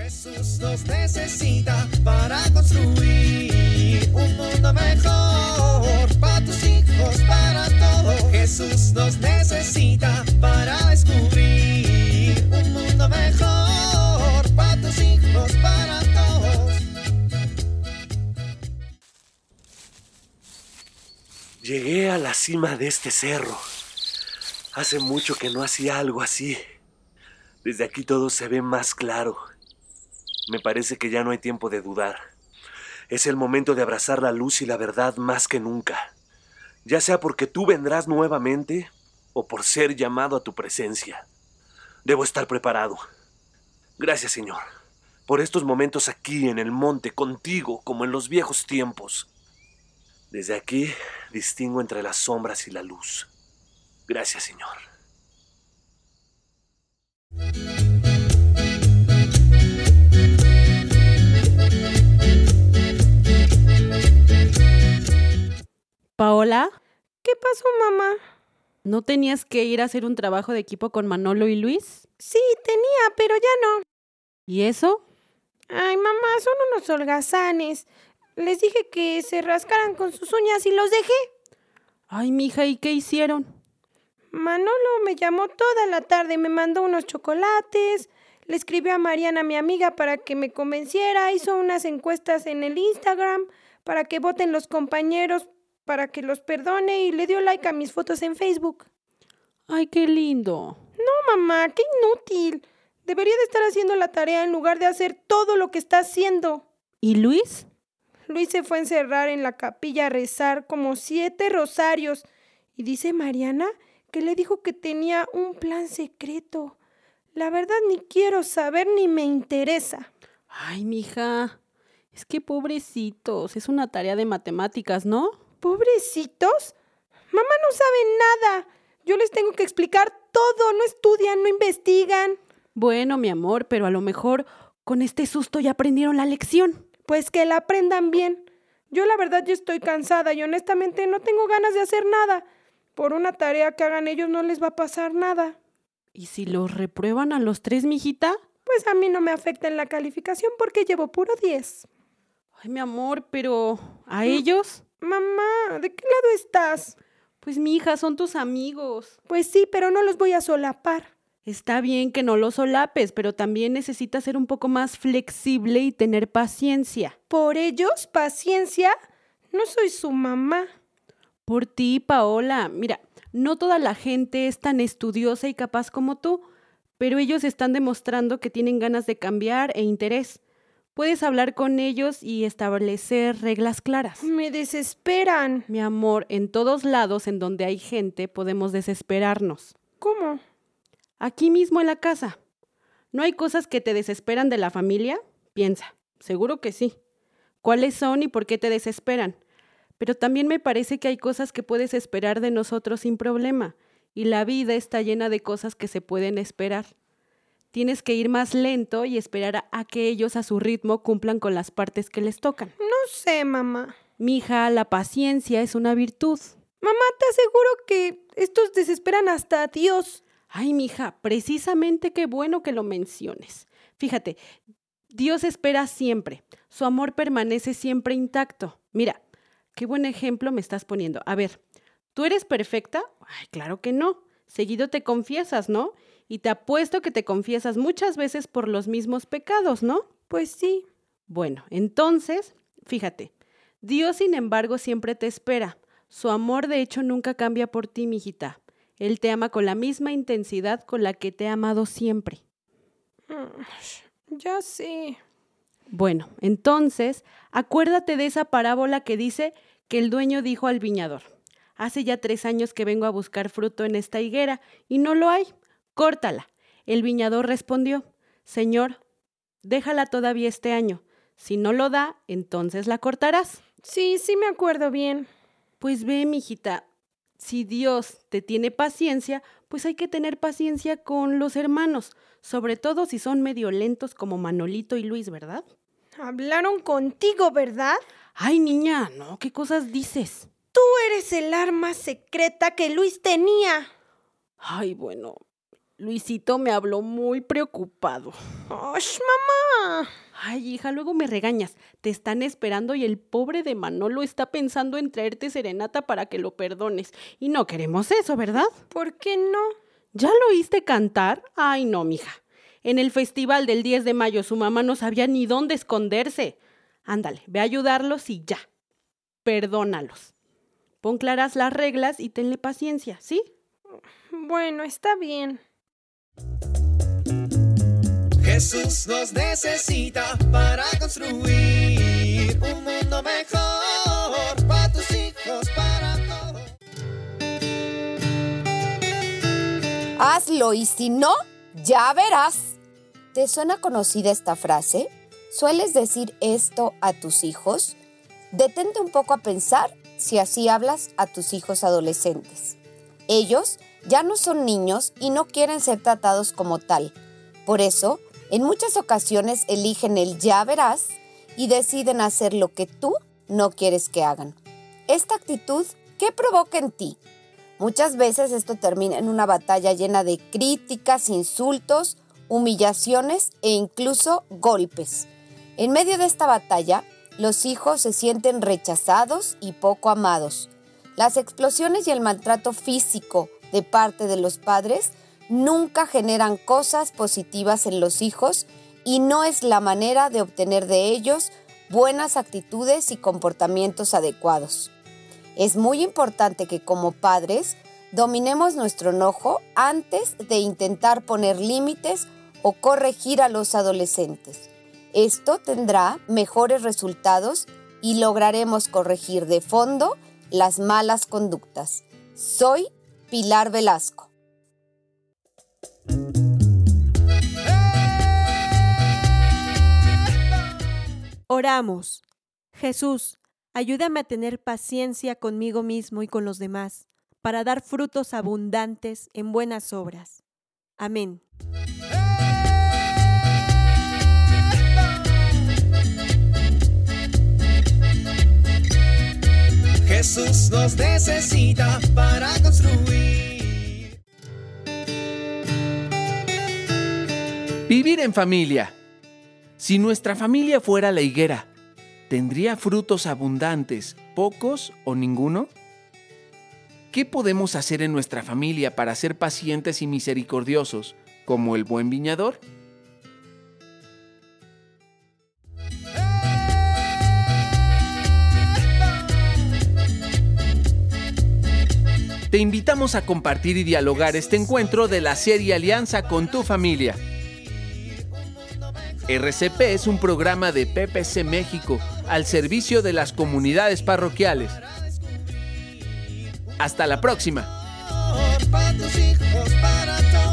Jesús nos necesita para construir un mundo mejor, para tus hijos, para todos. Jesús nos necesita para descubrir un mundo mejor, para tus hijos, para todos. Llegué a la cima de este cerro. Hace mucho que no hacía algo así. Desde aquí todo se ve más claro. Me parece que ya no hay tiempo de dudar. Es el momento de abrazar la luz y la verdad más que nunca. Ya sea porque tú vendrás nuevamente o por ser llamado a tu presencia. Debo estar preparado. Gracias, Señor, por estos momentos aquí en el monte contigo como en los viejos tiempos. Desde aquí distingo entre las sombras y la luz. Gracias, Señor. Paola, ¿Qué pasó, mamá? ¿no tenías que ir a hacer un trabajo de equipo con Manolo y Luis? Sí, tenía, pero ya no. ¿Y eso? Ay, mamá, son unos holgazanes. Les dije que se rascaran con sus uñas y los dejé. Ay, mija, ¿y qué hicieron? Manolo me llamó toda la tarde, me mandó unos chocolates, le escribió a Mariana, mi amiga, para que me convenciera, hizo unas encuestas en el Instagram para que voten los compañeros, para que los perdone y le dio like a mis fotos en Facebook. Ay, qué lindo. No, mamá, qué inútil. Debería de estar haciendo la tarea en lugar de hacer todo lo que está haciendo. ¿Y Luis? Luis se fue a encerrar en la capilla a rezar como 7 rosarios. Y dice Mariana que le dijo que tenía un plan secreto. La verdad ni quiero saber ni me interesa. Ay, mija, es que pobrecitos, es una tarea de matemáticas, ¿no? ¿Pobrecitos? Mamá no sabe nada. Yo les tengo que explicar todo. No estudian, no investigan. Bueno, mi amor, pero a lo mejor con este susto ya aprendieron la lección. Pues que la aprendan bien. Yo la verdad ya estoy cansada y honestamente no tengo ganas de hacer nada. Por una tarea que hagan ellos no les va a pasar nada. ¿Y si los reprueban a los 3, mijita? Pues a mí no me afecta en la calificación porque llevo puro 10. Ay, mi amor, pero ¿a ellos? Mamá, ¿de qué lado estás? Pues, mija, son tus amigos. Pues sí, pero no los voy a solapar. Está bien que no los solapes, pero también necesitas ser un poco más flexible y tener paciencia. ¿Por ellos? ¿Paciencia? No soy su mamá. Por ti, Paola. Mira, no toda la gente es tan estudiosa y capaz como tú, pero ellos están demostrando que tienen ganas de cambiar e interés. Puedes hablar con ellos y establecer reglas claras. Me desesperan. Mi amor, en todos lados en donde hay gente podemos desesperarnos. ¿Cómo? Aquí mismo en la casa. ¿No hay cosas que te desesperan de la familia? Piensa, seguro que sí. ¿Cuáles son y por qué te desesperan? Pero también me parece que hay cosas que puedes esperar de nosotros sin problema, y la vida está llena de cosas que se pueden esperar. Tienes que ir más lento y esperar a que ellos a su ritmo cumplan con las partes que les tocan. No sé, mamá. Mija, la paciencia es una virtud. Mamá, te aseguro que estos desesperan hasta a Dios. Ay, mija, precisamente qué bueno que lo menciones. Fíjate, Dios espera siempre. Su amor permanece siempre intacto. Mira, qué buen ejemplo me estás poniendo. A ver, ¿tú eres perfecta? Ay, claro que no. Seguido te confiesas, ¿no? Y te apuesto que te confiesas muchas veces por los mismos pecados, ¿no? Pues sí. Bueno, entonces, fíjate, Dios, sin embargo, siempre te espera. Su amor, de hecho, nunca cambia por ti, mijita. Él te ama con la misma intensidad con la que te ha amado siempre. Ya sé. Bueno, entonces, acuérdate de esa parábola que dice que el dueño dijo al viñador: hace ya 3 años que vengo a buscar fruto en esta higuera y no lo hay. Córtala. El viñador respondió: Señor, déjala todavía este año. Si no lo da, entonces la cortarás. Sí me acuerdo bien. Pues ve, mijita, si Dios te tiene paciencia, pues hay que tener paciencia con los hermanos, sobre todo si son medio lentos como Manolito y Luis, ¿verdad? Hablaron contigo, ¿verdad? Ay, niña, no, ¿qué cosas dices? Tú eres el arma secreta que Luis tenía. Ay, bueno, Luisito me habló muy preocupado. ¡Osh, mamá! Ay, hija, luego me regañas. Te están esperando y el pobre de Manolo está pensando en traerte serenata para que lo perdones. Y no queremos eso, ¿verdad? ¿Por qué no? ¿Ya lo oíste cantar? Ay, no, mija. En el festival del 10 de mayo su mamá no sabía ni dónde esconderse. Ándale, ve a ayudarlos y ya. Perdónalos. Pon claras las reglas y tenle paciencia, ¿sí? Bueno, está bien. Jesús nos necesita para construir un mundo mejor para tus hijos, para todos. Hazlo y si no, ya verás. ¿Te suena conocida esta frase? ¿Sueles decir esto a tus hijos? Detente un poco a pensar si así hablas a tus hijos adolescentes. Ellos ya no son niños y no quieren ser tratados como tal. Por eso, en muchas ocasiones eligen el ya verás y deciden hacer lo que tú no quieres que hagan. Esta actitud, ¿qué provoca en ti? Muchas veces esto termina en una batalla llena de críticas, insultos, humillaciones e incluso golpes. En medio de esta batalla, los hijos se sienten rechazados y poco amados. Las explosiones y el maltrato físico de parte de los padres nunca generan cosas positivas en los hijos y no es la manera de obtener de ellos buenas actitudes y comportamientos adecuados. Es muy importante que como padres dominemos nuestro enojo antes de intentar poner límites o corregir a los adolescentes. Esto tendrá mejores resultados y lograremos corregir de fondo las malas conductas. Soy Pilar Velasco. Oramos. Jesús, ayúdame a tener paciencia conmigo mismo y con los demás, para dar frutos abundantes en buenas obras. Amén. Jesús nos necesita para construir. Vivir en familia. Si nuestra familia fuera la higuera, ¿tendría frutos abundantes, pocos o ninguno? ¿Qué podemos hacer en nuestra familia para ser pacientes y misericordiosos, como el buen viñador? Te invitamos a compartir y dialogar este encuentro de la serie Alianza con tu familia. RCP es un programa de PPC México al servicio de las comunidades parroquiales. Hasta la próxima. Para tus hijos, para todos.